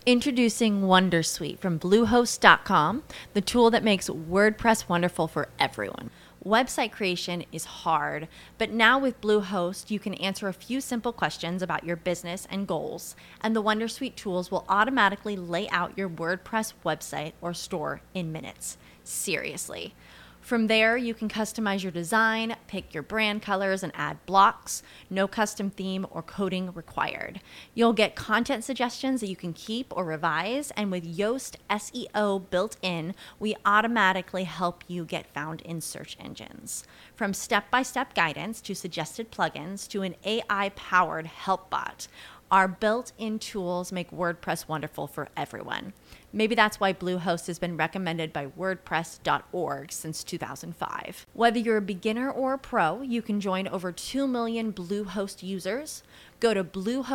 Introducing Wondersuite from Bluehost.com, the tool that makes WordPress wonderful for everyone. Website creation is hard, but now with Bluehost, you can answer a few simple questions about your business and goals, and the Wondersuite tools will automatically lay out your WordPress website or store in minutes. Seriously. From there, you can customize your design, pick your brand colors, and add blocks. No custom theme or coding required. You'll get content suggestions that you can keep or revise, and with Yoast SEO built in, we automatically help you get found in search engines. From step-by-step guidance to suggested plugins to an AI-powered help bot, our built-in tools make WordPress wonderful for everyone. Maybe that's why Bluehost has been recommended by WordPress.org since 2005. Whether you're a beginner or a pro, you can join over 2 million Bluehost users. Go to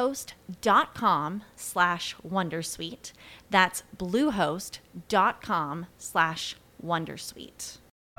bluehost.com/wondersuite. That's bluehost.com/wondersuite.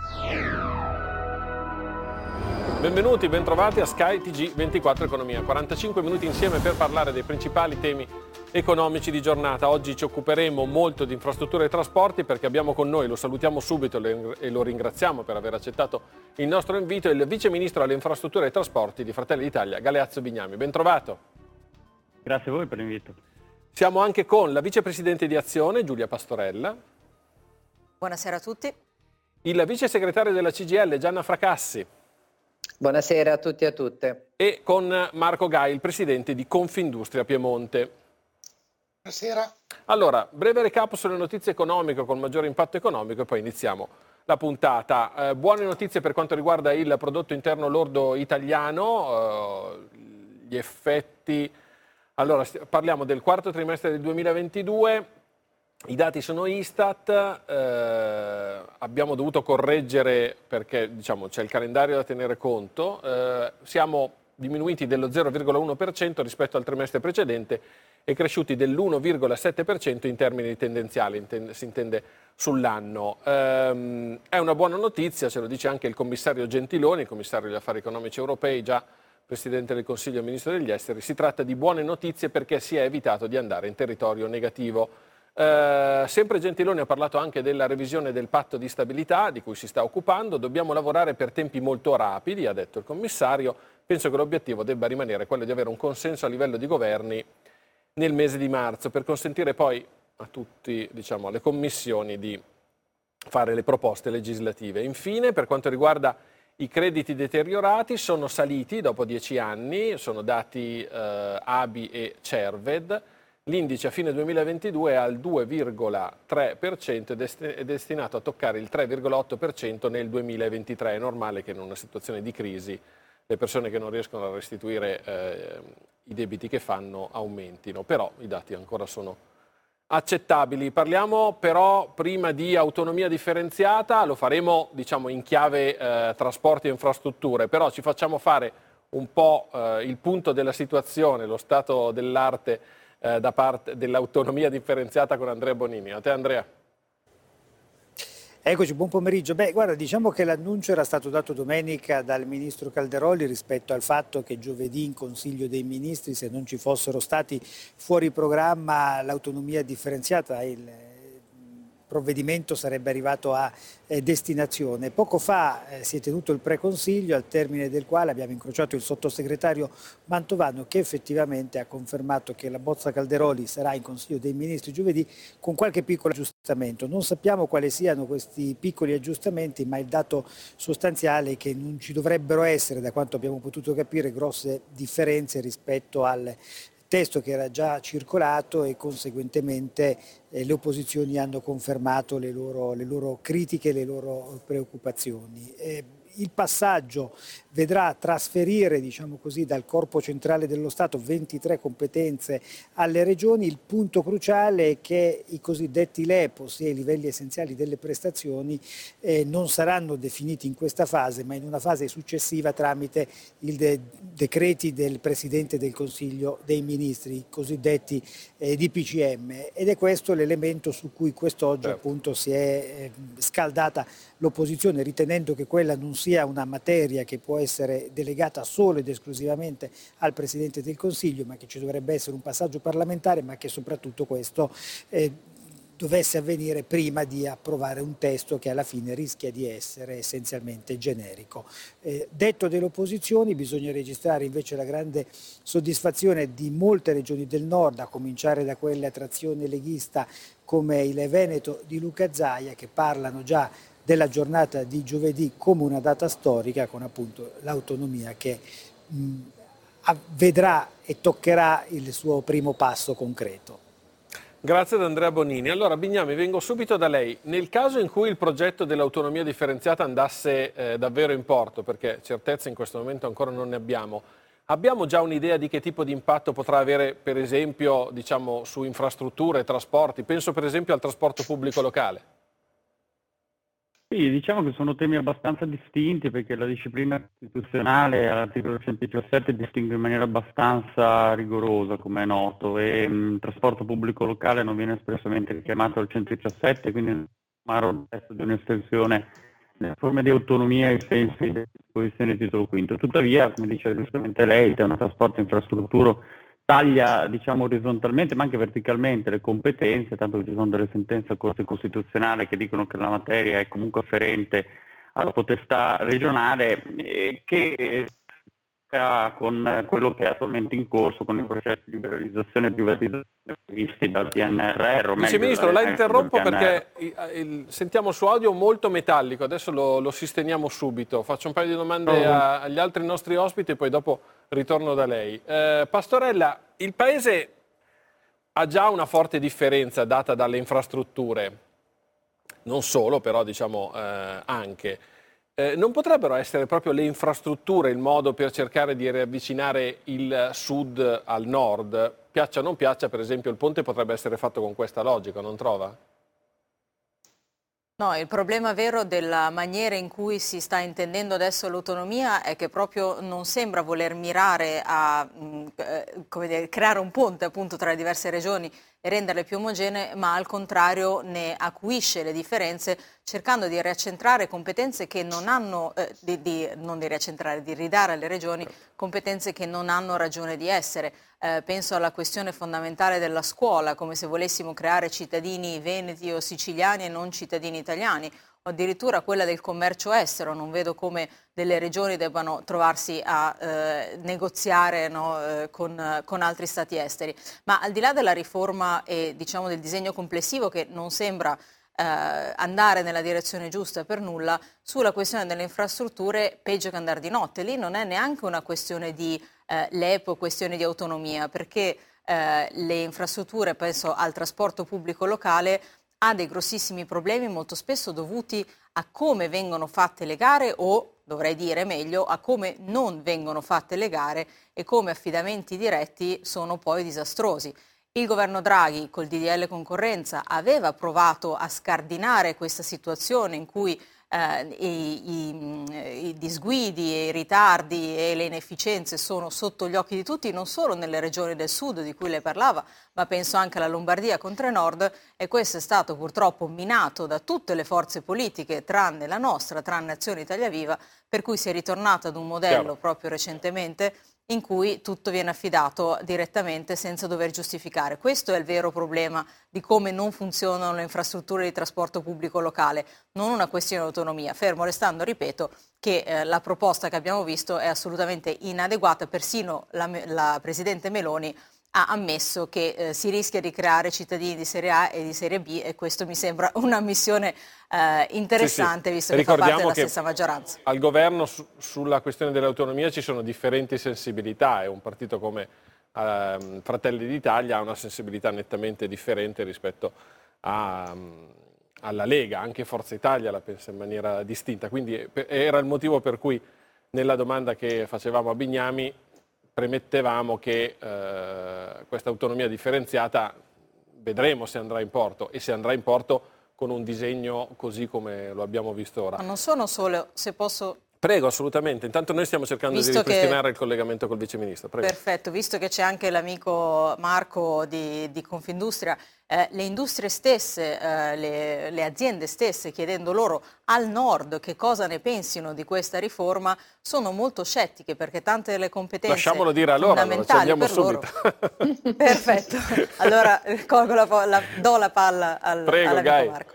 Benvenuti, bentrovati a Sky TG24 Economia. 45 minuti insieme per parlare dei principali temi economici di giornata. Oggi ci occuperemo molto di infrastrutture e trasporti perché abbiamo con noi, lo salutiamo subito e lo ringraziamo per aver accettato il nostro invito, il vice ministro alle infrastrutture e ai trasporti di Fratelli d'Italia, Galeazzo Bignami. Bentrovato. Grazie a voi per l'invito. Siamo anche con la vicepresidente di Azione, Giulia Pastorella. Buonasera a tutti. Il vice segretario della CGIL, Gianna Fracassi. Buonasera a tutti e a tutte. E con Marco Gai, il presidente di Confindustria Piemonte. Buonasera. Allora, breve recap sulle notizie economiche con maggiore impatto economico e poi iniziamo la puntata. Buone notizie per quanto riguarda il prodotto interno lordo italiano, gli effetti. Allora, parliamo del quarto trimestre del 2022. I dati sono Istat, abbiamo dovuto correggere perché diciamo, c'è il calendario da tenere conto, siamo diminuiti dello 0,1% rispetto al trimestre precedente e cresciuti dell'1,7% in termini tendenziali, si intende sull'anno. È una buona notizia, ce lo dice anche il commissario Gentiloni, il commissario degli affari economici europei, già Presidente del Consiglio e Ministro degli Esteri. Si tratta di buone notizie perché si è evitato di andare in territorio negativo. Sempre Gentiloni ha parlato anche della revisione del patto di stabilità di cui si sta occupando. Dobbiamo lavorare per tempi molto rapidi, ha detto il commissario. Penso che l'obiettivo debba rimanere quello di avere un consenso a livello di governi nel mese di marzo per consentire poi a tutti, diciamo, alle commissioni di fare le proposte legislative. Infine, per quanto riguarda i crediti deteriorati, sono saliti dopo 10 anni, sono dati ABI e Cerved. L'indice a fine 2022 è al 2,3% ed è destinato a toccare il 3,8% nel 2023. È normale che in una situazione di crisi le persone che non riescono a restituire i debiti che fanno aumentino, però i dati ancora sono accettabili. Parliamo però prima di autonomia differenziata, lo faremo diciamo in chiave trasporti e infrastrutture, però ci facciamo fare un po' il punto della situazione, lo stato dell'arte da parte dell'autonomia differenziata con Andrea Bonini. A te Andrea. Eccoci, buon pomeriggio. Beh, guarda, diciamo che l'annuncio era stato dato domenica dal Ministro Calderoli rispetto al fatto che giovedì in Consiglio dei Ministri, se non ci fossero stati fuori programma l'autonomia differenziata, il provvedimento sarebbe arrivato a destinazione. Poco fa si è tenuto il preconsiglio al termine del quale abbiamo incrociato il sottosegretario Mantovano che effettivamente ha confermato che la bozza Calderoli sarà in Consiglio dei Ministri giovedì con qualche piccolo aggiustamento. Non sappiamo quali siano questi piccoli aggiustamenti, ma il dato sostanziale è che non ci dovrebbero essere, da quanto abbiamo potuto capire, grosse differenze rispetto al testo che era già circolato e conseguentemente le opposizioni hanno confermato le loro critiche, le loro preoccupazioni. Il passaggio vedrà trasferire, diciamo così, dal corpo centrale dello Stato 23 competenze alle regioni. Il punto cruciale è che i cosiddetti LEP, ossia i livelli essenziali delle prestazioni, non saranno definiti in questa fase, ma in una fase successiva tramite i decreti del Presidente del Consiglio dei Ministri, i cosiddetti DPCM. Ed è questo l'elemento su cui quest'oggi appunto si è scaldata l'opposizione, ritenendo che quella non sia una materia che può essere delegata solo ed esclusivamente al Presidente del Consiglio, ma che ci dovrebbe essere un passaggio parlamentare, ma che soprattutto questo dovesse avvenire prima di approvare un testo che alla fine rischia di essere essenzialmente generico. Detto delle opposizioni, bisogna registrare invece la grande soddisfazione di molte regioni del nord, a cominciare da quelle a trazione leghista come il Veneto di Luca Zaia, che parlano già della giornata di giovedì come una data storica, con appunto l'autonomia che vedrà e toccherà il suo primo passo concreto. Grazie ad Andrea Bonini. Allora Bignami, vengo subito da lei. Nel caso in cui il progetto dell'autonomia differenziata andasse davvero in porto, perché certezze in questo momento ancora non ne abbiamo già un'idea di che tipo di impatto potrà avere, per esempio, diciamo, su infrastrutture e trasporti? Penso per esempio al trasporto pubblico locale. Sì, diciamo che sono temi abbastanza distinti perché la disciplina costituzionale all'articolo 117 distingue in maniera abbastanza rigorosa, come è noto, e il trasporto pubblico locale non viene espressamente richiamato al 117, quindi non è un testo di un'estensione nella forma di autonomia ai sensi delle disposizioni del titolo quinto. Tuttavia, come dice giustamente lei, il tema trasporto e infrastrutture taglia, diciamo, orizzontalmente ma anche verticalmente le competenze, tanto che ci sono delle sentenze a Corte Costituzionale che dicono che la materia è comunque afferente alla potestà regionale, che con quello che è attualmente in corso con i processi di liberalizzazione e privatizzazione previsti dal PNRR. Vice Ministro, la interrompo perché sentiamo il suo audio molto metallico, adesso lo sistemiamo subito. Faccio un paio di domande agli altri nostri ospiti e poi dopo ritorno da lei. Pastorella, il Paese ha già una forte differenza data dalle infrastrutture, non solo però diciamo anche. Non potrebbero essere proprio le infrastrutture il modo per cercare di riavvicinare il sud al nord? Piaccia o non piaccia, per esempio il ponte potrebbe essere fatto con questa logica, non trova? No, il problema vero della maniera in cui si sta intendendo adesso l'autonomia è che proprio non sembra voler mirare a come dire, creare un ponte appunto tra le diverse regioni e renderle più omogenee, ma al contrario ne acuisce le differenze cercando di riaccentrare competenze che non hanno, non di riaccentrare, di ridare alle regioni competenze che non hanno ragione di essere. Penso alla questione fondamentale della scuola, come se volessimo creare cittadini veneti o siciliani e non cittadini italiani, o addirittura quella del commercio estero. Non vedo come delle regioni debbano trovarsi a negoziare con altri stati esteri. Ma al di là della riforma e diciamo del disegno complessivo che non sembra andare nella direzione giusta per nulla, sulla questione delle infrastrutture peggio che andare di notte. Lì non è neanche una questione di LEP o questione di autonomia, perché le infrastrutture, penso al trasporto pubblico locale, ha dei grossissimi problemi molto spesso dovuti a come vengono fatte le gare o, dovrei dire meglio, a come non vengono fatte le gare e come affidamenti diretti sono poi disastrosi. Il governo Draghi col DDL concorrenza aveva provato a scardinare questa situazione in cui i disguidi, i ritardi e le inefficienze sono sotto gli occhi di tutti, non solo nelle regioni del sud di cui lei parlava, ma penso anche alla Lombardia con Trenord, e questo è stato purtroppo minato da tutte le forze politiche tranne la nostra, tranne Azione Italia Viva, per cui si è ritornato ad un modello proprio recentemente in cui tutto viene affidato direttamente senza dover giustificare. Questo è il vero problema di come non funzionano le infrastrutture di trasporto pubblico locale, non una questione di autonomia, fermo restando, ripeto, che la proposta che abbiamo visto è assolutamente inadeguata. Persino la Presidente Meloni ha ammesso che si rischia di creare cittadini di Serie A e di Serie B, e questo mi sembra una missione interessante, visto che fa parte della stessa maggioranza. Al governo sulla questione dell'autonomia ci sono differenti sensibilità e un partito come Fratelli d'Italia ha una sensibilità nettamente differente rispetto alla Lega, anche Forza Italia la pensa in maniera distinta, quindi era il motivo per cui nella domanda che facevamo a Bignami premettevamo che questa autonomia differenziata vedremo se andrà in porto, e se andrà in porto con un disegno così come lo abbiamo visto ora. Ma non sono solo, se posso Prego, assolutamente. Intanto noi stiamo cercando di ripristinare il collegamento col Vice Ministro. Prego. Perfetto, visto che c'è anche l'amico Marco di Confindustria, le industrie stesse, le aziende stesse, chiedendo loro al nord che cosa ne pensino di questa riforma, sono molto scettiche perché tante delle competenze lasciamolo dire a loro, fondamentali allora, ci andiamo per subito. loro. Perfetto, allora do la palla all'amico Gai. Marco.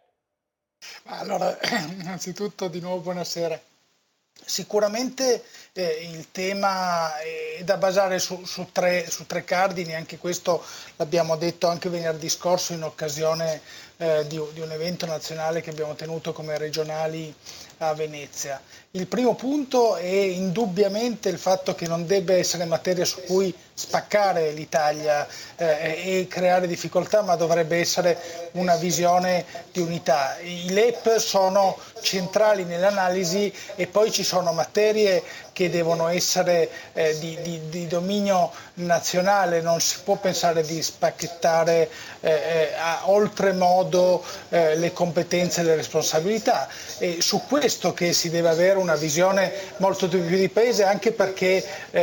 Allora, innanzitutto di nuovo buonasera. Sicuramente il tema è da basare su tre cardini, anche questo l'abbiamo detto anche venerdì scorso in occasione di un evento nazionale che abbiamo tenuto come regionali a Venezia. Il primo punto è indubbiamente il fatto che non debba essere materia su cui spaccare l'Italia e creare difficoltà, ma dovrebbe essere una visione di unità. I LEP sono centrali nell'analisi e poi ci sono materie che devono essere di dominio nazionale, non si può pensare di spacchettare a oltremodo le competenze e le responsabilità. E su questo che si deve avere una visione molto più di paese, anche perché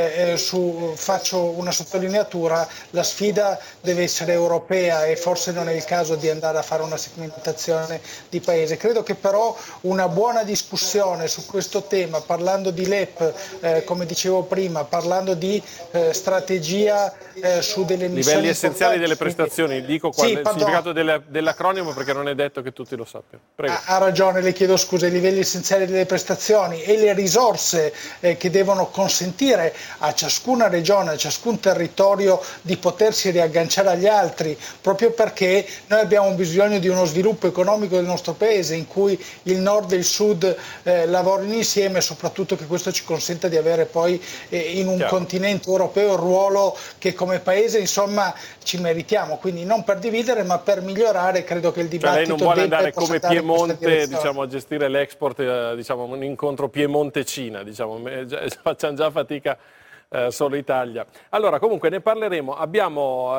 faccio una sottolineatura, la sfida deve essere europea e forse non è il caso di andare a fare una segmentazione di paese. Credo che però una buona discussione su questo tema, parlando di LEP, come dicevo prima, parlando di strategia su delle missioni livelli essenziali delle prestazioni, dico qua il significato dell'acronimo perché non è detto che tutti lo sappiano. Prego. Ha ragione, le chiedo scusa, i livelli essenziali delle prestazioni e le risorse che devono consentire a ciascuna regione, a ciascun territorio di potersi riagganciare agli altri, proprio perché noi abbiamo bisogno di uno sviluppo economico del nostro paese in cui il nord e il sud lavorino insieme e soprattutto che questo ci consenta di avere poi in un continente europeo il ruolo che come paese insomma ci meritiamo, quindi non per dividere ma per migliorare. Credo che il dibattito lei non vuole andare come Piemonte, diciamo, a gestire l'export, diciamo un incontro Piemonte-Cina, diciamo, facciamo già fatica solo Italia. Allora comunque ne parleremo, abbiamo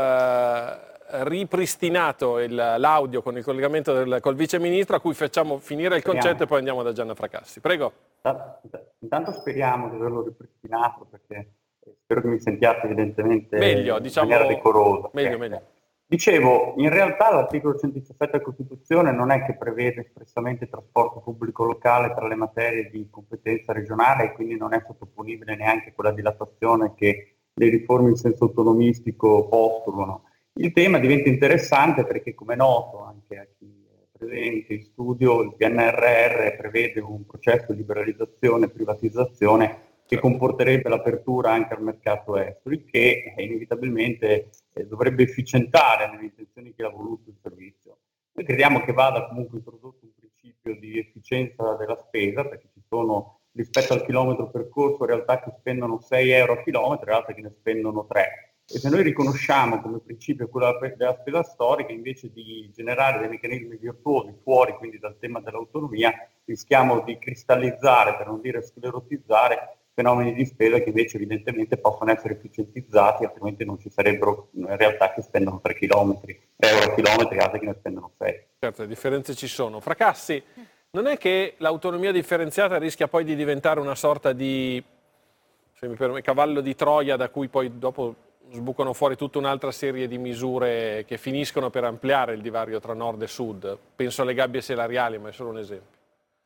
ripristinato l'audio con il collegamento col Vice Ministro, a cui facciamo finire il concetto e poi andiamo da Gianna Fracassi. Prego. Intanto speriamo di averlo ripristinato, perché spero che mi sentiate evidentemente meglio, diciamo, in maniera decorosa. Meglio. Dicevo, in realtà l'articolo 117 della Costituzione non è che prevede espressamente il trasporto pubblico locale tra le materie di competenza regionale e quindi non è sottoponibile neanche a quella dilatazione che le riforme in senso autonomistico postulano. Il tema diventa interessante perché, come è noto anche a chi è presente in studio, il PNRR prevede un processo di liberalizzazione e privatizzazione che comporterebbe l'apertura anche al mercato estero, il che inevitabilmente dovrebbe efficientare nelle intenzioni che ha voluto il servizio. Noi crediamo che vada comunque introdotto un principio di efficienza della spesa, perché ci sono rispetto al chilometro percorso realtà che spendono 6 euro a chilometro e altre che ne spendono 3. E se noi riconosciamo come principio quello della spesa storica, invece di generare dei meccanismi virtuosi fuori quindi dal tema dell'autonomia, rischiamo di cristallizzare, per non dire sclerotizzare, fenomeni di spesa che invece evidentemente possono essere efficientizzati, altrimenti non ci sarebbero realtà che spendono 3 euro a chilometro e altre che ne spendono 6. Certo, le differenze ci sono. Fracassi, non è che l'autonomia differenziata rischia poi di diventare una sorta di, se mi permette, cavallo di Troia da cui poi dopo sbucano fuori tutta un'altra serie di misure che finiscono per ampliare il divario tra nord e sud? Penso alle gabbie salariali, ma è solo un esempio.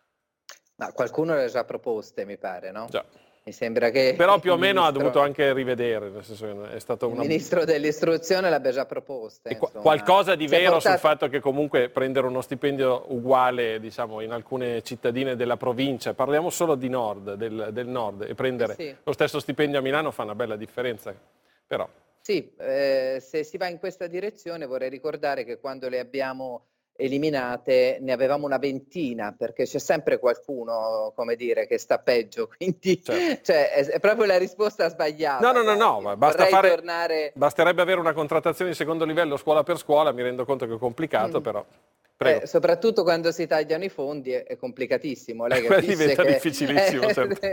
Ma qualcuno le ha già proposte, mi pare, no? Già. Mi sembra che però più o meno ha dovuto anche rivedere, nel senso che è stato il ministro dell'istruzione l'abbia già proposta. Qualcosa di vero sul fatto che comunque prendere uno stipendio uguale, diciamo, in alcune cittadine della provincia, parliamo solo di nord, del nord, e prendere lo stesso stipendio a Milano fa una bella differenza. Però. Sì, se si va in questa direzione vorrei ricordare che quando le abbiamo eliminate ne avevamo una ventina, perché c'è sempre qualcuno, come dire, che sta peggio, quindi cioè, è proprio la risposta sbagliata. No, basterebbe avere una contrattazione di secondo livello scuola per scuola, mi rendo conto che è complicato, però. Soprattutto quando si tagliano i fondi è complicatissimo. Lei diventa difficilissimo.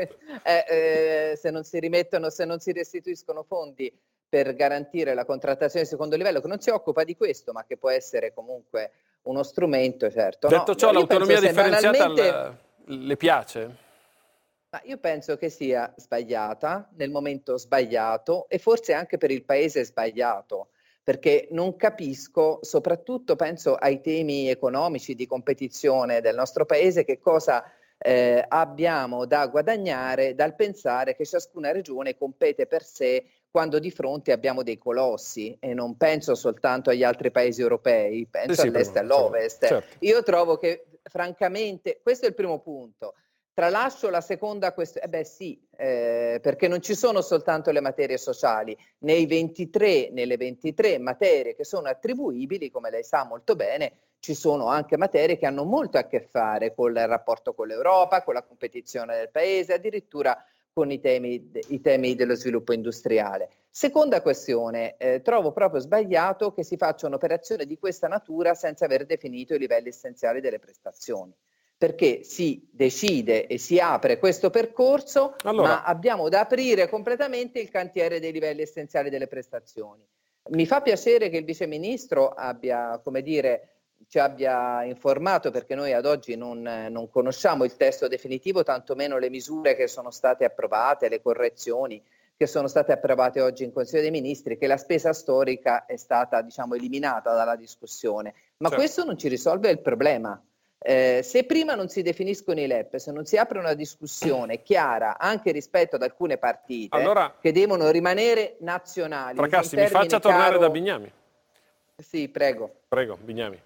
Se non si rimettono, se non si restituiscono fondi per garantire la contrattazione di secondo livello, che non si occupa di questo, ma che può essere comunque uno strumento, certo. Detto ciò, l'autonomia differenziata le piace? Ma io penso che sia sbagliata nel momento sbagliato e forse anche per il paese sbagliato, perché non capisco, soprattutto penso ai temi economici di competizione del nostro paese, che cosa abbiamo da guadagnare dal pensare che ciascuna regione compete per sé quando di fronte abbiamo dei colossi, e non penso soltanto agli altri paesi europei, penso Sì, all'est e prima, all'ovest. certo. Io trovo che francamente questo è il primo punto. Tralascio la seconda questione, perché non ci sono soltanto le materie sociali, nelle 23 materie che sono attribuibili, come lei sa molto bene, ci sono anche materie che hanno molto a che fare con il rapporto con l'Europa, con la competizione del paese, addirittura con i temi dello sviluppo industriale. Seconda questione, trovo proprio sbagliato che si faccia un'operazione di questa natura senza aver definito i livelli essenziali delle prestazioni, perché si decide e si apre questo percorso, ma abbiamo da aprire completamente il cantiere dei livelli essenziali delle prestazioni. Mi fa piacere che il Vice Ministro abbia, come dire, ci abbia informato, perché noi ad oggi non conosciamo il testo definitivo, tantomeno le misure che sono state approvate, le correzioni che sono state approvate oggi in Consiglio dei Ministri, che la spesa storica è stata, diciamo, eliminata dalla discussione. Ma certo, questo non ci risolve il problema. Se prima non si definiscono i LEP, se non si apre una discussione chiara anche rispetto ad alcune partite che devono rimanere nazionali. Fracassi, mi faccia tornare da Bignami. Sì, prego. Prego, Bignami.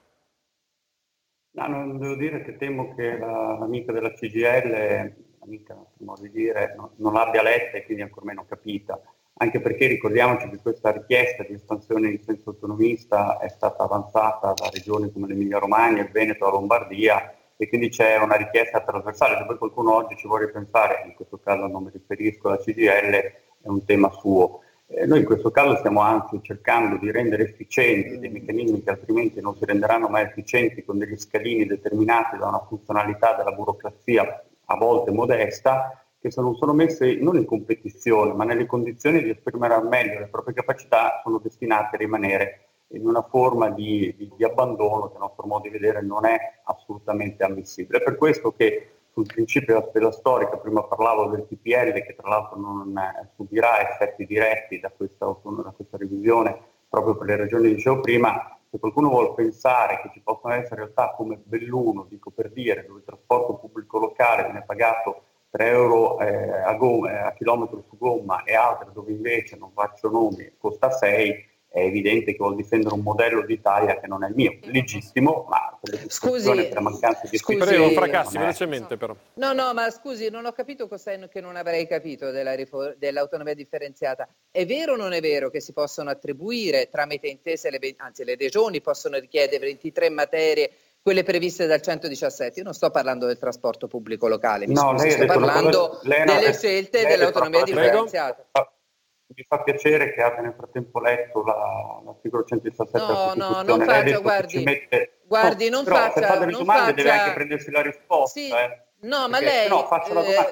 No, non devo dire che temo che l'amica della CGIL, amica, modo di dire, non l'abbia letta e quindi ancor meno capita. Anche perché ricordiamoci che questa richiesta di espansione in senso autonomista è stata avanzata da regioni come l'Emilia Romagna, il Veneto, la Lombardia, e quindi c'è una richiesta trasversale. Se poi qualcuno oggi ci vuole pensare, in questo caso non mi riferisco alla CGIL, è un tema suo. Noi in questo caso stiamo anzi cercando di rendere efficienti dei meccanismi che altrimenti non si renderanno mai efficienti, con degli scalini determinati da una funzionalità della burocrazia a volte modesta, che se non sono messe non in competizione ma nelle condizioni di esprimere al meglio le proprie capacità, sono destinate a rimanere in una forma di abbandono che a nostro modo di vedere non è assolutamente ammissibile. È per questo che sul principio della spesa storica, prima parlavo del TPL che tra l'altro non subirà effetti diretti da questa revisione proprio per le ragioni che dicevo prima. Se qualcuno vuole pensare che ci possono essere realtà come Belluno, dico per dire, dove il trasporto pubblico locale viene pagato 3 euro a chilometro su gomma e altre dove invece, non faccio nomi, costa 6, è evidente che vuol difendere un modello d'Italia che non è il mio, legittimo, ma per le discussioni, per la mancanza di Prego, Fracassi, velocemente però. No, ma scusi, non ho capito cos'è che non avrei capito dell'autonomia differenziata. È vero o non è vero che si possono attribuire tramite intese, le regioni possono richiedere 23 materie, quelle previste dal 117? Io non sto parlando del trasporto pubblico locale, sto parlando delle scelte dell'autonomia differenziata. Mi fa piacere che abbia nel frattempo letto l'articolo 117 della Costituzione. No, non faccia, guardi, non faccia... Se fa delle domande deve anche prendersi la risposta. Sì. No, ma lei faccio la domanda.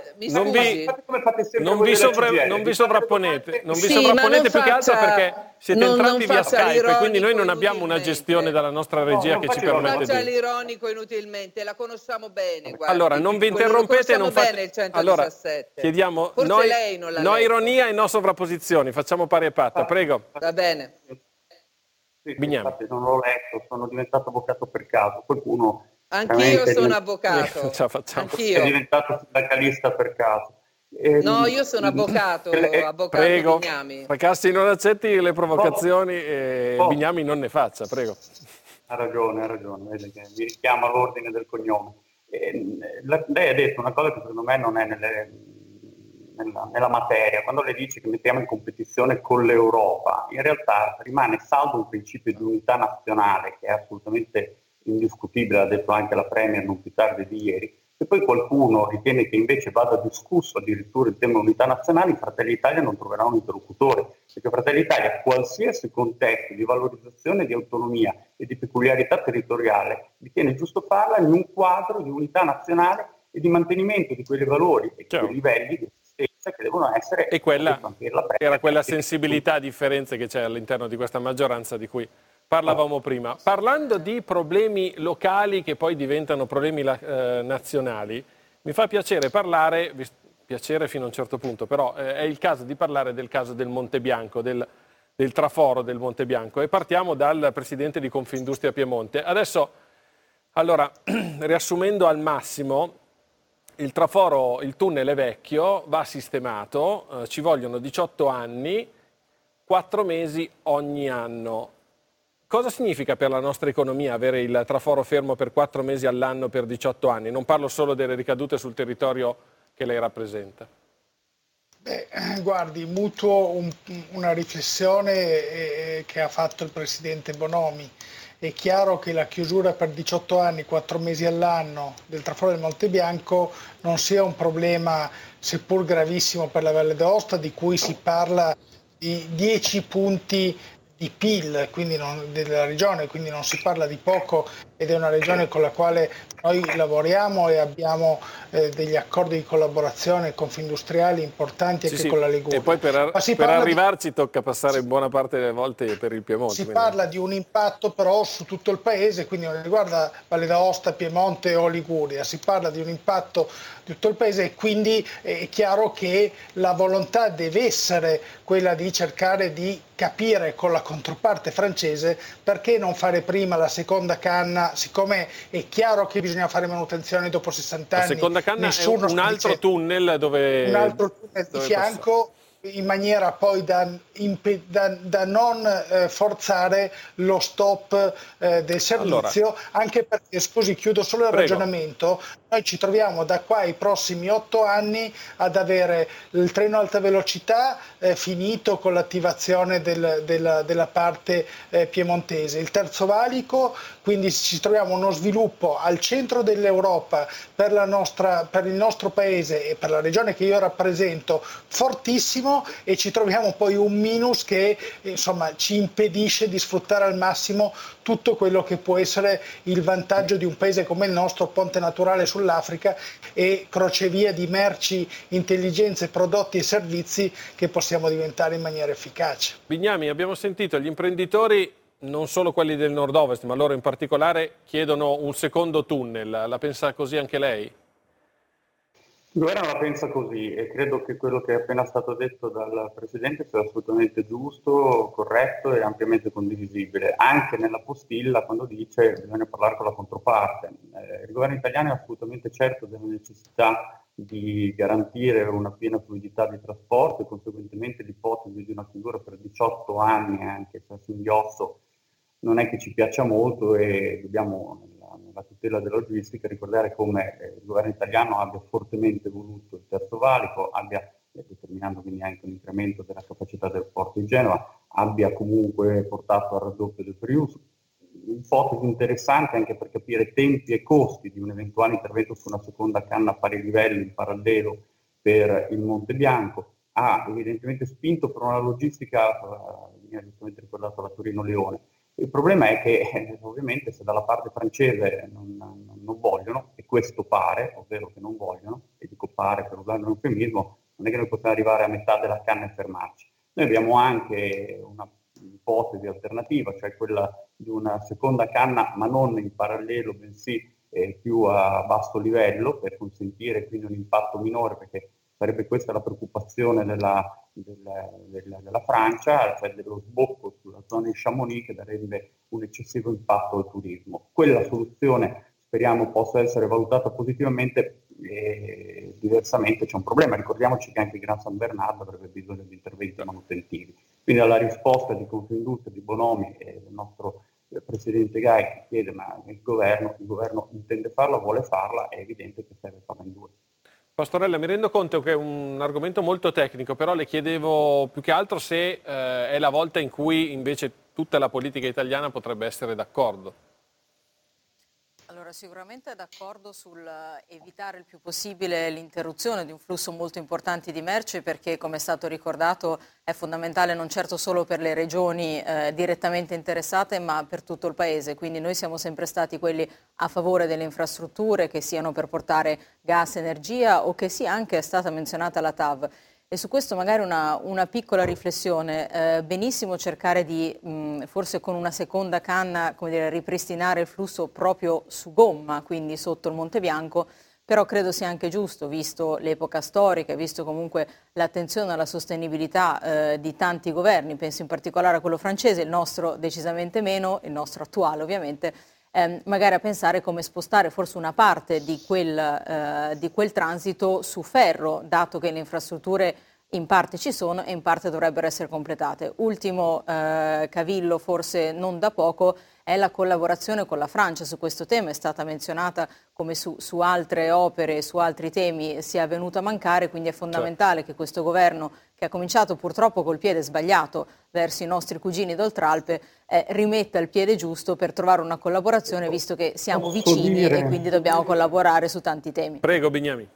Non vi sovrapponete, più che altro perché siete entrambi via Skype e quindi noi non abbiamo una gestione dalla nostra regia che ci permette non faccia l'ironico inutilmente, la conosciamo bene, guardi. Allora, non vi interrompete, non fate il 117. Allora, chiediamo no ironia e no sovrapposizioni, facciamo pari e patta, prego. Va bene. Infatti non l'ho letto, sono diventato avvocato per caso, qualcuno... Anch'io sono avvocato, anch'io. È diventato sindacalista per caso. No, io sono avvocato prego, Bignami. Fracassi non accetti le provocazioni e Bignami non ne faccia, prego. Ha ragione, vede che mi richiama l'ordine del cognome. Lei ha detto una cosa che secondo me non è nella materia. Quando lei dice che mettiamo in competizione con l'Europa, in realtà rimane saldo un principio di unità nazionale che è assolutamente indiscutibile, ha detto anche la Premier non più tardi di ieri. Se poi qualcuno ritiene che invece vada discusso addirittura il tema unità nazionale, Fratelli d'Italia non troverà un interlocutore, perché Fratelli d'Italia, qualsiasi contesto di valorizzazione di autonomia e di peculiarità territoriale, ritiene giusto farla in un quadro di unità nazionale e di mantenimento di quei valori e quei livelli di esistenza che devono essere... E quella era quella sensibilità, differenze che c'è all'interno di questa maggioranza di cui parlavamo prima. Parlando di problemi locali che poi diventano problemi nazionali, mi fa piacere parlare, piacere fino a un certo punto, però è il caso di parlare del caso del Monte Bianco, del traforo del Monte Bianco, e partiamo dal presidente di Confindustria Piemonte. Adesso, allora, riassumendo al massimo, il traforo, il tunnel è vecchio, va sistemato, ci vogliono 18 anni, 4 mesi ogni anno. Cosa significa per la nostra economia avere il traforo fermo per 4 mesi all'anno per 18 anni? Non parlo solo delle ricadute sul territorio che lei rappresenta. Guardi, mutuo una riflessione che ha fatto il Presidente Bonomi. È chiaro che la chiusura per 18 anni, 4 mesi all'anno del traforo del Monte Bianco non sia un problema, seppur gravissimo, per la Valle d'Aosta, di cui si parla di 10 punti di PIL, quindi della regione, quindi non si parla di poco, ed è una regione con la quale noi lavoriamo e abbiamo degli accordi di collaborazione confindustriali importanti anche con la Liguria. E poi per arrivarci tocca passare buona parte delle volte per il Piemonte. Si parla di un impatto però su tutto il paese, quindi non riguarda Valle d'Aosta, Piemonte o Liguria, si parla di un impatto di tutto il paese, e quindi è chiaro che la volontà deve essere quella di cercare di capire con la controparte francese perché non fare prima la seconda canna, siccome è chiaro che bisogna fare manutenzione dopo 60 anni. La seconda canna è un altro tunnel dove... Un altro tunnel di fianco, in maniera poi da non forzare lo stop del servizio, anche perché, scusi, chiudo solo il ragionamento, noi ci troviamo da qua ai prossimi 8 anni ad avere il treno alta velocità finito con l'attivazione della parte piemontese, il terzo valico, quindi ci troviamo uno sviluppo al centro dell'Europa per il nostro paese e per la regione che io rappresento fortissimo, e ci troviamo poi un minus che insomma ci impedisce di sfruttare al massimo tutto quello che può essere il vantaggio di un paese come il nostro, ponte naturale sull'Africa e crocevia di merci, intelligenze, prodotti e servizi che possiamo diventare in maniera efficace. Bignami, abbiamo sentito gli imprenditori, non solo quelli del nord-ovest, ma loro in particolare, chiedono un secondo tunnel. La pensa così anche lei? Il governo la pensa così, e credo che quello che è appena stato detto dal Presidente sia assolutamente giusto, corretto e ampiamente condivisibile, anche nella postilla quando dice che bisogna parlare con la controparte. Il governo italiano è assolutamente certo della necessità di garantire una piena fluidità di trasporto e conseguentemente l'ipotesi di una chiusura per 18 anni, anche se a singhiozzo, non è che ci piaccia molto, e dobbiamo, nella tutela della logistica, ricordare come il governo italiano abbia fortemente voluto il terzo valico, abbia, determinando quindi anche un incremento della capacità del porto di Genova, abbia comunque portato al raddoppio del Prius. Ipotesi interessanti anche per capire tempi e costi di un eventuale intervento su una seconda canna a pari livelli in parallelo per il Monte Bianco. Ha evidentemente spinto per una logistica, viene giustamente ricordato la Torino-Leone. Il problema è che ovviamente se dalla parte francese non vogliono, e questo pare, ovvero che non vogliono, e dico pare per usare un eufemismo, non è che noi possiamo arrivare a metà della canna e fermarci. Noi abbiamo anche una ipotesi alternativa, cioè quella di una seconda canna, ma non in parallelo, bensì più a basso livello, per consentire quindi un impatto minore, perché sarebbe questa la preoccupazione della Francia, cioè dello sbocco sulla zona di Chamonix, che darebbe un eccessivo impatto al turismo. Quella soluzione speriamo possa essere valutata positivamente, e diversamente c'è un problema. Ricordiamoci che anche il Gran San Bernardo avrebbe bisogno di interventi manutentivi. Quindi alla risposta di Confindustria, di Bonomi e del nostro Presidente Gai, che chiede ma il governo intende farla, vuole farla, è evidente che serve farla in due. Pastorella, mi rendo conto che è un argomento molto tecnico, però le chiedevo più che altro se è la volta in cui invece tutta la politica italiana potrebbe essere d'accordo. Allora, sicuramente è d'accordo sul evitare il più possibile l'interruzione di un flusso molto importante di merci, perché, come è stato ricordato, è fondamentale non certo solo per le regioni direttamente interessate, ma per tutto il Paese. Quindi noi siamo sempre stati quelli a favore delle infrastrutture, che siano per portare gas, energia, o che sia anche stata menzionata la TAV. E su questo magari una piccola riflessione, benissimo cercare di, forse con una seconda canna, come dire, ripristinare il flusso proprio su gomma, quindi sotto il Monte Bianco, Però credo sia anche giusto, visto l'epoca storica, visto comunque l'attenzione alla sostenibilità di tanti governi, penso in particolare a quello francese, il nostro decisamente meno, il nostro attuale ovviamente, magari a pensare come spostare forse una parte di quel transito su ferro, dato che le infrastrutture in parte ci sono e in parte dovrebbero essere completate. Ultimo cavillo, forse non da poco, è la collaborazione con la Francia su questo tema. È stata menzionata come su altre opere, su altri temi sia venuta a mancare, quindi è fondamentale che questo governo, che ha cominciato purtroppo col piede sbagliato verso i nostri cugini d'Oltralpe, rimetta il piede giusto per trovare una collaborazione, visto che siamo vicini e quindi dobbiamo collaborare su tanti temi. Prego, Bignami.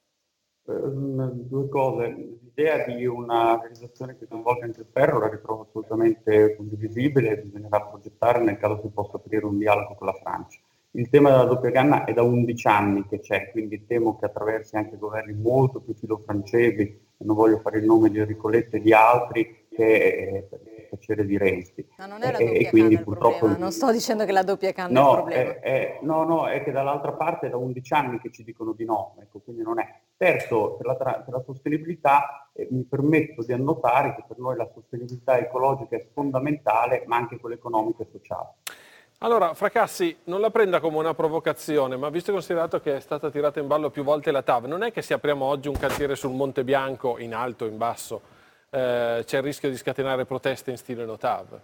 Due cose. L'idea di una realizzazione che coinvolga anche il ferro la ritrovo assolutamente condivisibile e bisognerà progettare nel caso si possa aprire un dialogo con la Francia. Il tema della doppia canna è da 11 anni che c'è, quindi temo che attraversi anche governi molto più filofrancesi, non voglio fare il nome di Enrico Letta e di altri, che piacere di Renzi. Ma non è la doppia canna il problema, non sto dicendo che la doppia canna è il problema. No, è che dall'altra parte è da 11 anni che ci dicono di no, ecco, quindi non è. Terzo, per la sostenibilità mi permetto di annotare che per noi la sostenibilità ecologica è fondamentale, ma anche quella economica e sociale. Allora, Fracassi, non la prenda come una provocazione, ma visto e considerato che è stata tirata in ballo più volte la TAV, non è che se apriamo oggi un cantiere sul Monte Bianco, in alto o in basso, c'è il rischio di scatenare proteste in stile no TAV?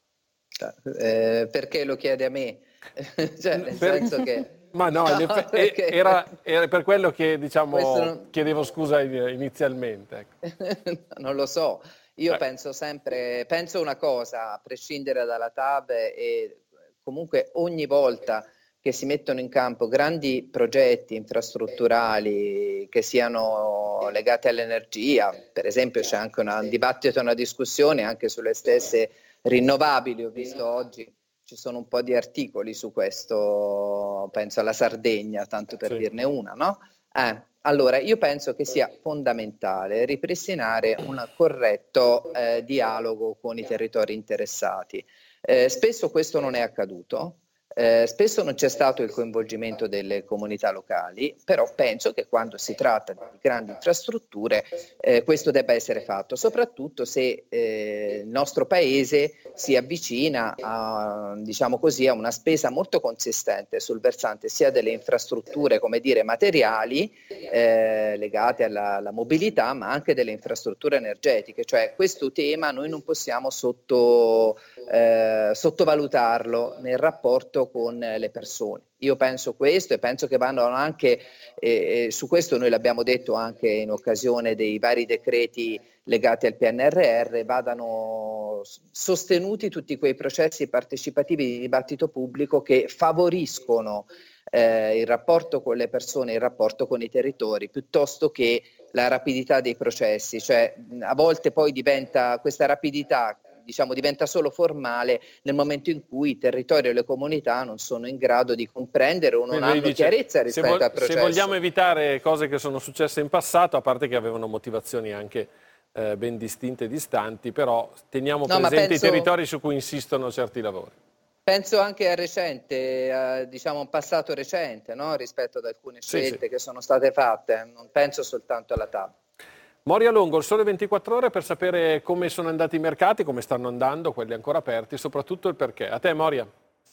Perché lo chiede a me? Cioè, nel senso che... Ma no, era per quello che chiedevo scusa inizialmente. Ecco. Non lo so, io penso una cosa, a prescindere dalla TAV e comunque ogni volta che si mettono in campo grandi progetti infrastrutturali che siano legati all'energia, per esempio c'è anche un dibattito, una discussione anche sulle stesse rinnovabili, ho visto oggi ci sono un po' di articoli su questo, penso alla Sardegna, tanto per dirne una, no? Allora, io penso che sia fondamentale ripristinare un corretto dialogo con i territori interessati. Spesso questo non è accaduto. Spesso non c'è stato il coinvolgimento delle comunità locali, però penso che quando si tratta di grandi infrastrutture questo debba essere fatto, soprattutto se il nostro paese si avvicina a, diciamo così, a una spesa molto consistente sul versante sia delle infrastrutture, come dire, materiali legate alla mobilità, ma anche delle infrastrutture energetiche. Cioè questo tema noi non possiamo sottovalutarlo nel rapporto con le persone. Io penso questo e penso che vanno anche, su questo noi l'abbiamo detto anche in occasione dei vari decreti legati al PNRR, vadano sostenuti tutti quei processi partecipativi di dibattito pubblico che favoriscono il rapporto con le persone, il rapporto con i territori, piuttosto che la rapidità dei processi. Cioè, a volte poi questa rapidità diventa solo formale nel momento in cui i territori e le comunità non sono in grado di comprendere o non hanno chiarezza rispetto al processo. Se vogliamo evitare cose che sono successe in passato, a parte che avevano motivazioni anche ben distinte e distanti, però teniamo presenti i territori su cui insistono certi lavori. Penso anche al recente, un passato recente, no? Rispetto ad alcune scelte che sono state fatte, non penso soltanto alla TAV. Moria Longo, il Sole 24 Ore per sapere come sono andati i mercati, come stanno andando, quelli ancora aperti, soprattutto il perché. A te, Moria.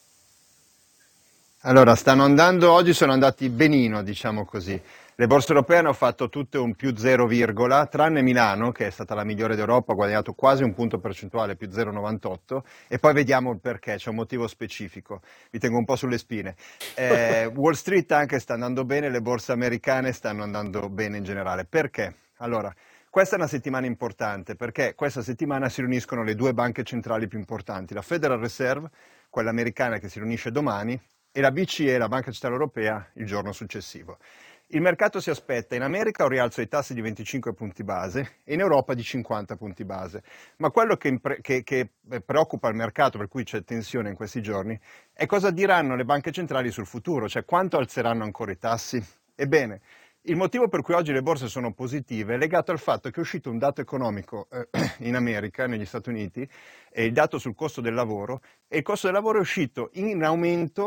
Allora, oggi sono andati benino, diciamo così. Le borse europee hanno fatto tutte un più 0, tranne Milano, che è stata la migliore d'Europa, ha guadagnato quasi un punto percentuale, più 0,98, e poi vediamo il perché, c'è un motivo specifico. Vi tengo un po' sulle spine. Wall Street anche sta andando bene, le borse americane stanno andando bene in generale. Perché? Allora, questa è una settimana importante perché questa settimana si riuniscono le due banche centrali più importanti, la Federal Reserve, quella americana che si riunisce domani, e la BCE, la Banca Centrale Europea, il giorno successivo. Il mercato si aspetta in America un rialzo dei tassi di 25 punti base e in Europa di 50 punti base. Ma quello che preoccupa il mercato, per cui c'è tensione in questi giorni, è cosa diranno le banche centrali sul futuro, cioè quanto alzeranno ancora i tassi. Ebbene, il motivo per cui oggi le borse sono positive è legato al fatto che è uscito un dato economico in America, negli Stati Uniti, il dato sul costo del lavoro, e il costo del lavoro è uscito in aumento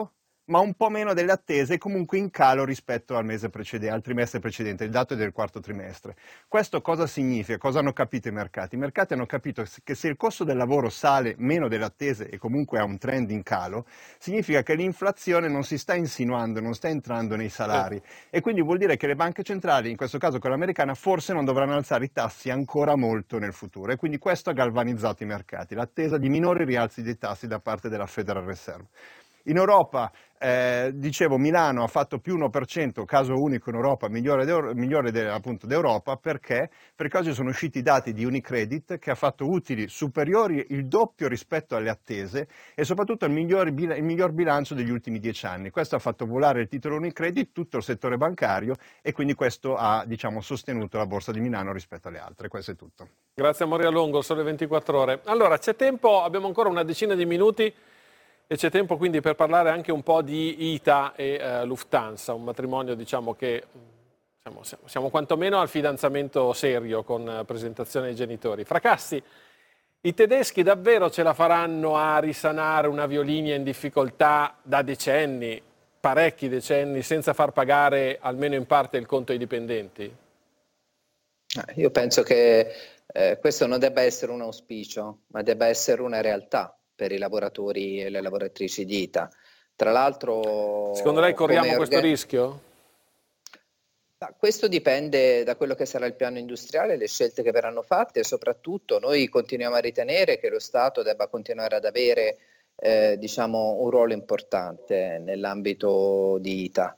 ma un po' meno delle attese e comunque in calo rispetto al trimestre precedente, il dato è del quarto trimestre. Questo cosa significa? Cosa hanno capito i mercati? I mercati hanno capito che se il costo del lavoro sale meno delle attese e comunque ha un trend in calo, significa che l'inflazione non si sta insinuando, non sta entrando nei salari e quindi vuol dire che le banche centrali, in questo caso quella americana, forse non dovranno alzare i tassi ancora molto nel futuro e quindi questo ha galvanizzato i mercati, l'attesa di minori rialzi dei tassi da parte della Federal Reserve. In Europa, dicevo, Milano ha fatto più 1%, caso unico in Europa, migliore appunto d'Europa, perché oggi sono usciti i dati di Unicredit che ha fatto utili superiori il doppio rispetto alle attese e soprattutto il miglior bilancio degli ultimi 10 anni. Questo ha fatto volare il titolo Unicredit, tutto il settore bancario e quindi questo ha sostenuto la borsa di Milano rispetto alle altre. Questo è tutto. Grazie a Moria Longo, Sole 24 Ore. Allora, c'è tempo, abbiamo ancora una decina di minuti. E c'è tempo quindi per parlare anche un po' di ITA e Lufthansa, un matrimonio che siamo quantomeno al fidanzamento serio con presentazione ai genitori. Fracassi, i tedeschi davvero ce la faranno a risanare un'aviolínea in difficoltà da decenni, parecchi decenni, senza far pagare almeno in parte il conto ai dipendenti? Io penso che questo non debba essere un auspicio, ma debba essere una realtà per i lavoratori e le lavoratrici di ITA. Tra l'altro... Secondo lei corriamo questo rischio? Questo dipende da quello che sarà il piano industriale, le scelte che verranno fatte e soprattutto noi continuiamo a ritenere che lo Stato debba continuare ad avere un ruolo importante nell'ambito di ITA.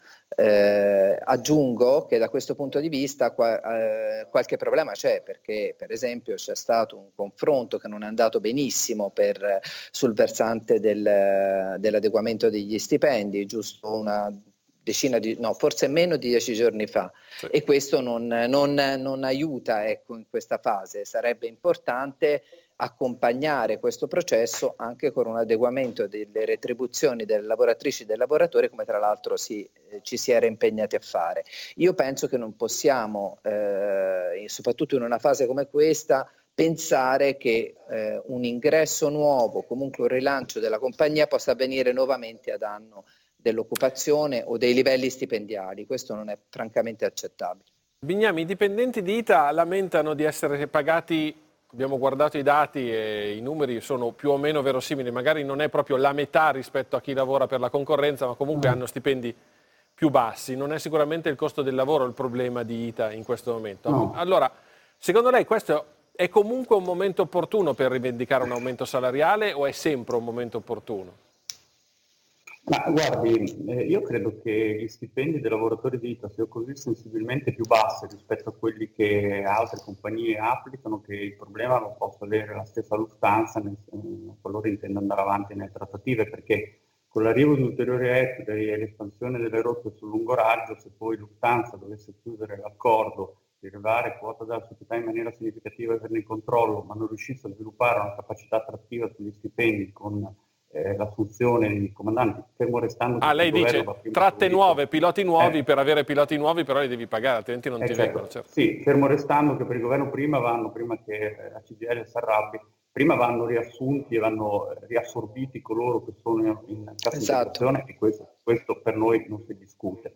Aggiungo che da questo punto di vista qualche problema c'è, perché per esempio c'è stato un confronto che non è andato benissimo sul versante dell'adeguamento degli stipendi, giusto una decina forse meno di 10 giorni fa, sì. E questo non aiuta in questa fase. Sarebbe importante accompagnare questo processo anche con un adeguamento delle retribuzioni delle lavoratrici e dei lavoratori, come tra l'altro ci si era impegnati a fare. Io penso che non possiamo, soprattutto in una fase come questa, pensare che un ingresso nuovo, comunque un rilancio della compagnia possa avvenire nuovamente a danno dell'occupazione o dei livelli stipendiali. Questo non è francamente accettabile. Bignami, i dipendenti di ITA lamentano di essere pagati, abbiamo guardato i dati e i numeri sono più o meno verosimili, magari non è proprio la metà rispetto a chi lavora per la concorrenza, ma comunque hanno stipendi più bassi. Non è sicuramente il costo del lavoro il problema di ITA in questo momento. No. Allora, secondo lei questo è comunque un momento opportuno per rivendicare un aumento salariale o è sempre un momento opportuno? Ma guardi, io credo che gli stipendi dei lavoratori di ITA siano così sensibilmente più bassi rispetto a quelli che altre compagnie applicano, che il problema lo possa avere la stessa Lufthansa qualora intenda andare avanti nelle trattative, perché con l'arrivo di ulteriori esteri e l'espansione delle rotte sul lungo raggio, se poi Lufthansa dovesse chiudere l'accordo, rilevare quota della società in maniera significativa e averne il controllo, ma non riuscisse a sviluppare una capacità attrattiva sugli stipendi con l'assunzione di comandanti, fermo restando... lei dice tratte nuove, piloti nuovi, per avere piloti nuovi però li devi pagare, altrimenti non ti vengono. Certo. Sì, fermo restando che per il governo prima che la CGIL si arrabbi, prima vanno riassunti e vanno riassorbiti coloro che sono in cassa integrazione, e questo per noi non si discute.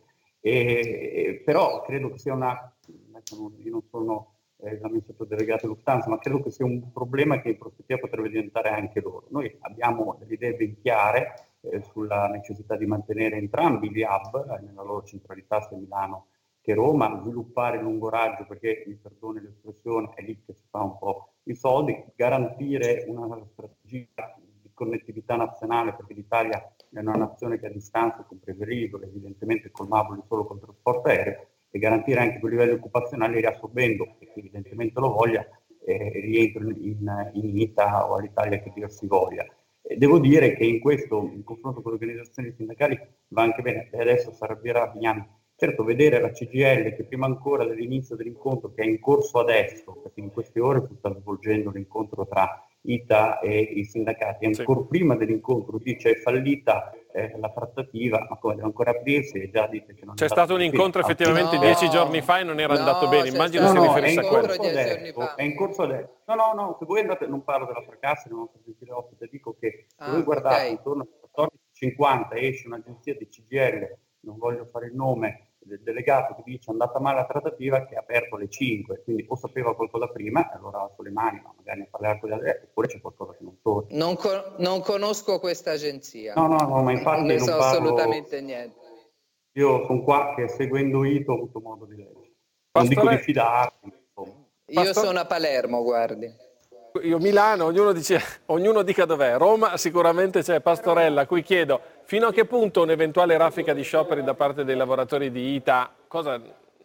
Però credo che sia io non sono l'amministratore delegato Lufthansa, ma credo che sia un problema che in prospettiva potrebbe diventare anche loro. Noi abbiamo delle idee ben chiare sulla necessità di mantenere entrambi gli hub nella loro centralità, sia Milano che Roma, sviluppare il lungo raggio, perché, mi perdoni l'espressione, è lì che si fa un po' i soldi, garantire una strategia di connettività nazionale, perché l'Italia è una nazione che a distanza, comprese le isole, evidentemente colmabili solo col trasporto aereo, e garantire anche quei livelli occupazionali riassorbendo, e chi evidentemente lo voglia, rientro in ITA o all'Italia che dir si voglia. Devo dire che in questo, in confronto con le organizzazioni sindacali, va anche bene, e adesso si arrabbierà Bignami, certo vedere la CGIL che prima ancora dell'inizio dell'incontro, che è in corso adesso, perché in queste ore si sta svolgendo l'incontro tra ITA e i sindacati, ancora prima dell'incontro dice è fallita la trattativa, ma come deve ancora aprirsi, e già dite che non c'è stato un incontro effettivamente 10 giorni fa e non era andato bene, immagino si riferisse a quello. È in corso adesso. No, se voi andate, non parlo della Fracassi, non ho sentito ospite, dico che se voi guardate intorno a 50 esce un'agenzia di CGIL, non voglio fare il nome del delegato, che dice è andata male la trattativa, che ha aperto alle 5, quindi o sapeva qualcosa prima, allora ha sulle mani, ma magari ne parlerà con gli altri, oppure c'è qualcosa che non torna. Non conosco questa agenzia. No, ma infatti ne non so parlo, assolutamente niente. Io sono qua che seguendo Ito ho avuto modo di leggere. Non dico di fidarmi, insomma. Io sono a Palermo, guardi. Io Milano, ognuno dica dov'è. Roma sicuramente c'è Pastorella, a cui chiedo fino a che punto un'eventuale raffica di scioperi da parte dei lavoratori di ITA, cosa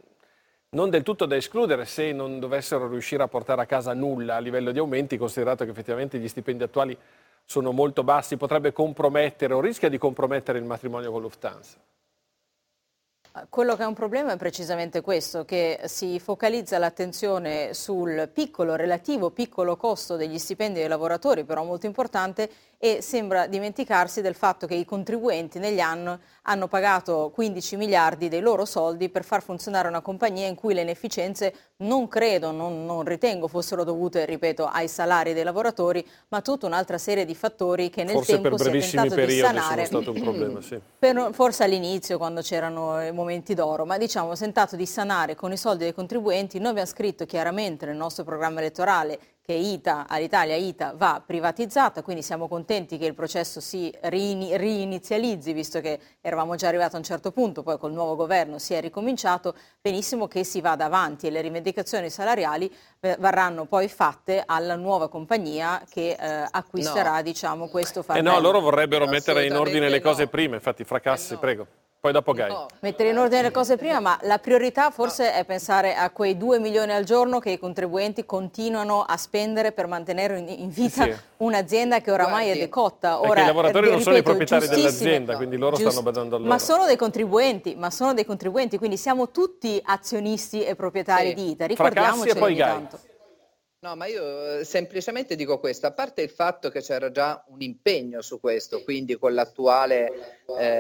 non del tutto da escludere se non dovessero riuscire a portare a casa nulla a livello di aumenti, considerato che effettivamente gli stipendi attuali sono molto bassi, potrebbe compromettere o rischia di compromettere il matrimonio con Lufthansa. Quello che è un problema è precisamente questo, che si focalizza l'attenzione sul relativo piccolo costo degli stipendi dei lavoratori, però molto importante, e sembra dimenticarsi del fatto che i contribuenti negli anni hanno pagato 15 miliardi dei loro soldi per far funzionare una compagnia in cui le inefficienze non ritengo fossero dovute, ripeto, ai salari dei lavoratori, ma tutta un'altra serie di fattori che nel tempo si è tentato di sanare. Sono stato un problema, sì. Forse all'inizio, quando c'erano i momenti d'oro, ma diciamo si è tentato di sanare con i soldi dei contribuenti. Noi abbiamo scritto chiaramente nel nostro programma elettorale che Alitalia ITA va privatizzata, quindi siamo contenti che il processo si riinizializzi, visto che eravamo già arrivati a un certo punto, poi col nuovo governo si è ricominciato, benissimo che si vada avanti e le rivendicazioni salariali verranno poi fatte alla nuova compagnia che acquisterà questo fardello. No, loro vorrebbero mettere in ordine le cose prima, infatti Fracassi, prego. Poi dopo Gai. No. Mettere in ordine le cose prima, ma la priorità forse è pensare a quei 2 milioni al giorno che i contribuenti continuano a spendere per mantenere in vita un'azienda che oramai è decotta. Ora, i lavoratori non sono i proprietari dell'azienda, quindi loro stanno badando a loro. Ma sono dei contribuenti, quindi siamo tutti azionisti e proprietari di ITA, ricordiamocelo ogni tanto. No, ma io semplicemente dico questo, a parte il fatto che c'era già un impegno su questo, quindi con l'attuale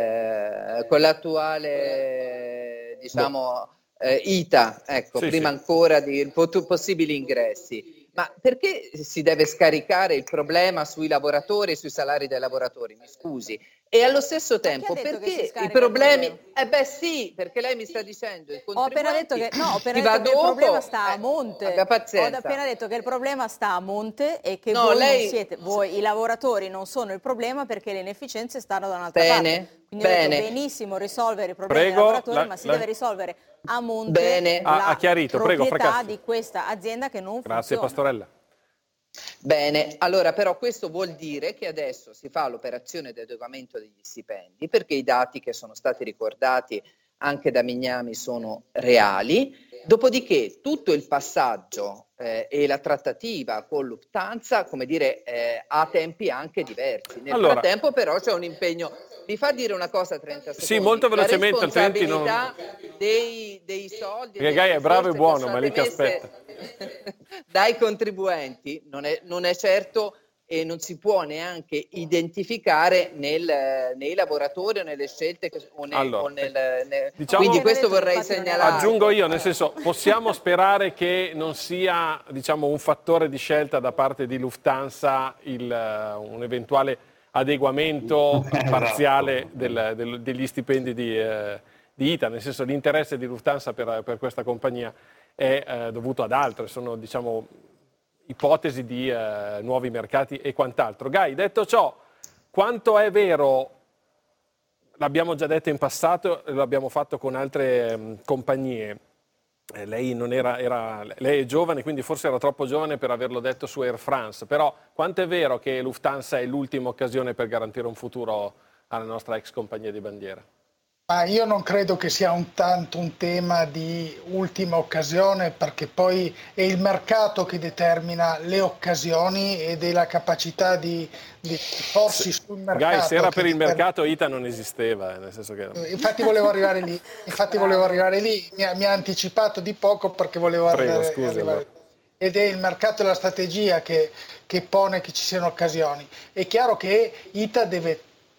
diciamo ITA, ecco, prima ancora di possibili ingressi. Ma perché si deve scaricare il problema sui lavoratori e sui salari dei lavoratori? Mi scusi. E allo stesso tempo, perché i problemi... sì, perché lei mi sta dicendo il ho appena detto che il problema sta a monte. Ho appena detto che il problema sta a monte e che voi i lavoratori non sono il problema perché le inefficienze stanno da un'altra parte. Quindi ho detto benissimo risolvere i problemi dei lavoratori, ma si deve risolvere a monte la proprietà di questa azienda che non funziona. Grazie Pastorella. Bene, allora però questo vuol dire che adesso si fa l'operazione di adeguamento degli stipendi, perché i dati che sono stati ricordati anche da Mignami sono reali, dopodiché tutto il passaggio e la trattativa con Lufthansa, come dire, ha tempi anche diversi. Nel frattempo però c'è un impegno. Mi fa dire una cosa 30 secondi? Sì, molto velocemente, altrimenti non... dei soldi... Perché Gai è bravo e buono, ma lì che aspetta. Dai contribuenti non è certo e non si può neanche identificare nei lavoratori o nelle scelte diciamo, quindi questo vorrei segnalare. Aggiungo io, nel senso, possiamo sperare che non sia, diciamo, un fattore di scelta da parte di Lufthansa un eventuale adeguamento parziale degli stipendi di ITA, nel senso l'interesse di Lufthansa per questa compagnia è dovuto ad altro, sono, diciamo, ipotesi di nuovi mercati e quant'altro. Gai, detto ciò, quanto è vero, l'abbiamo già detto in passato, lo abbiamo fatto con altre compagnie, lei lei è giovane, quindi forse era troppo giovane per averlo detto su Air France, però quanto è vero che Lufthansa è l'ultima occasione per garantire un futuro alla nostra ex compagnia di bandiera? Ma io non credo che sia tanto un tema di ultima occasione, perché poi è il mercato che determina le occasioni ed è la capacità di porsi sul mercato. Gai, se era per il mercato ITA non esisteva, nel senso che... Infatti volevo arrivare lì, mi ha anticipato di poco perché volevo arrivare. Ed è il mercato e la strategia che pone che ci siano occasioni. È chiaro che ITA deve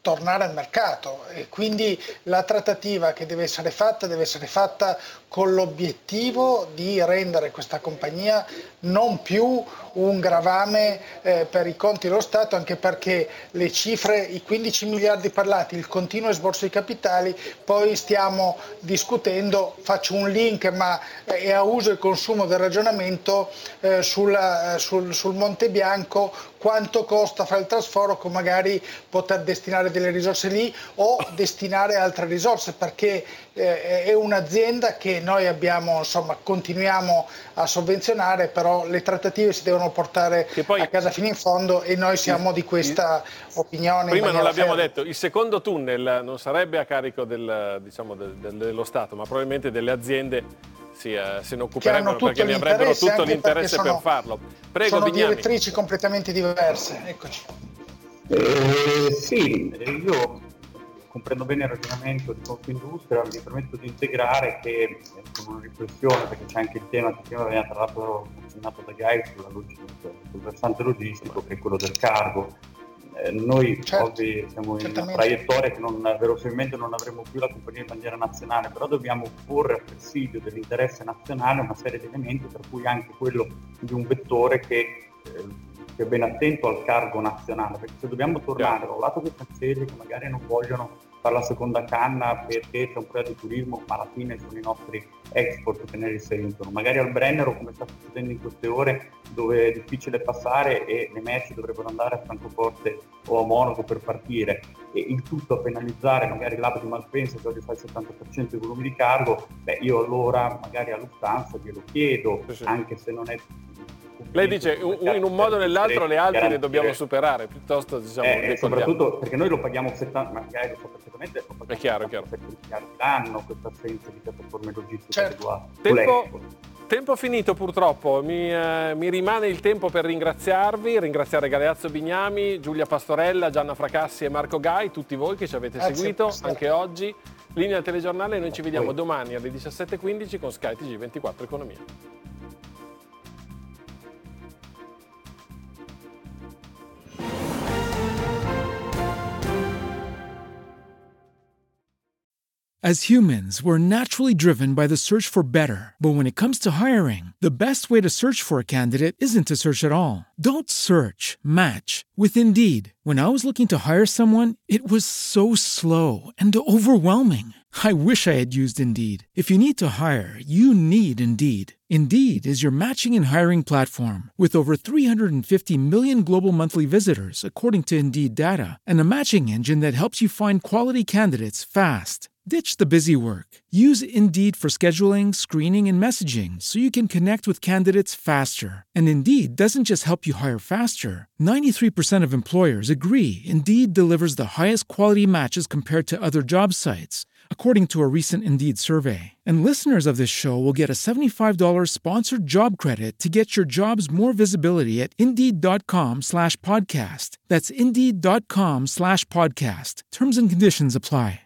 tornare al mercato, e quindi la trattativa che deve essere fatta con l'obiettivo di rendere questa compagnia non più un gravame per i conti dello Stato, anche perché le cifre, i 15 miliardi parlati, il continuo esborso di capitali, poi stiamo discutendo, faccio un link ma è a uso e consumo del ragionamento sul Monte Bianco, quanto costa fare il trasforo, con magari poter destinare delle risorse lì o destinare altre risorse, perché è un'azienda che noi abbiamo, insomma, continuiamo a sovvenzionare, però le trattative si devono portare a casa fino in fondo, e noi siamo di questa opinione. Prima non l'abbiamo detto, il secondo tunnel non sarebbe a carico dello Stato, ma probabilmente delle aziende se ne occuperebbero, perché ne avrebbero tutto l'interesse per farlo. Prego, sono Bignami. direttrici completamente diverse. Eccoci. Sì, io comprendo bene il ragionamento di Confindustria, mi permetto di integrare che con una riflessione, perché c'è anche il tema che prima veniva tra l'altro menzionato da Gai sul versante logistico, che è quello del cargo. Noi oggi siamo in una traiettoria che verosimilmente non avremo più la compagnia di bandiera nazionale, però dobbiamo porre a presidio dell'interesse nazionale una serie di elementi, tra cui anche quello di un vettore che è ben attento al cargo nazionale, perché se dobbiamo tornare da un lato dei francesi che magari non vogliono fare la seconda canna perché c'è un problema di turismo, ma alla fine sono i nostri export che ne risentono, magari al Brennero, come sta succedendo in queste ore, dove è difficile passare e le merci dovrebbero andare a Francoforte o a Monaco per partire, e il tutto a penalizzare magari l'hub di Malpensa che oggi fa il 70% dei volumi di cargo. Io allora magari a Lufthansa glielo chiedo, anche se non è... Lei dice in un modo o nell'altro le altre le dobbiamo superare, piuttosto soprattutto perché noi lo paghiamo 70, magari lo so perfettamente, lo paghiamo è chiaro. 7 miliardi l'anno, questa assenza di piattaforme logistiche adeguate. Tempo finito purtroppo, mi rimane il tempo per ringraziare Galeazzo Bignami, Giulia Pastorella, Gianna Fracassi e Marco Gai, tutti voi che ci avete seguito anche oggi. Linea al telegiornale, noi ci vediamo domani alle 17:15 con Sky TG24 Economia. As humans, we're naturally driven by the search for better. But when it comes to hiring, the best way to search for a candidate isn't to search at all. Don't search, match with Indeed. When I was looking to hire someone, it was so slow and overwhelming. I wish I had used Indeed. If you need to hire, you need Indeed. Indeed is your matching and hiring platform with over 350 million global monthly visitors, according to Indeed data, and a matching engine that helps you find quality candidates fast. Ditch the busy work. Use Indeed for scheduling, screening, and messaging so you can connect with candidates faster. And Indeed doesn't just help you hire faster. 93% of employers agree Indeed delivers the highest quality matches compared to other job sites, according to a recent Indeed survey. And listeners of this show will get a $75 sponsored job credit to get your jobs more visibility at Indeed.com/podcast. That's Indeed.com/podcast. Terms and conditions apply.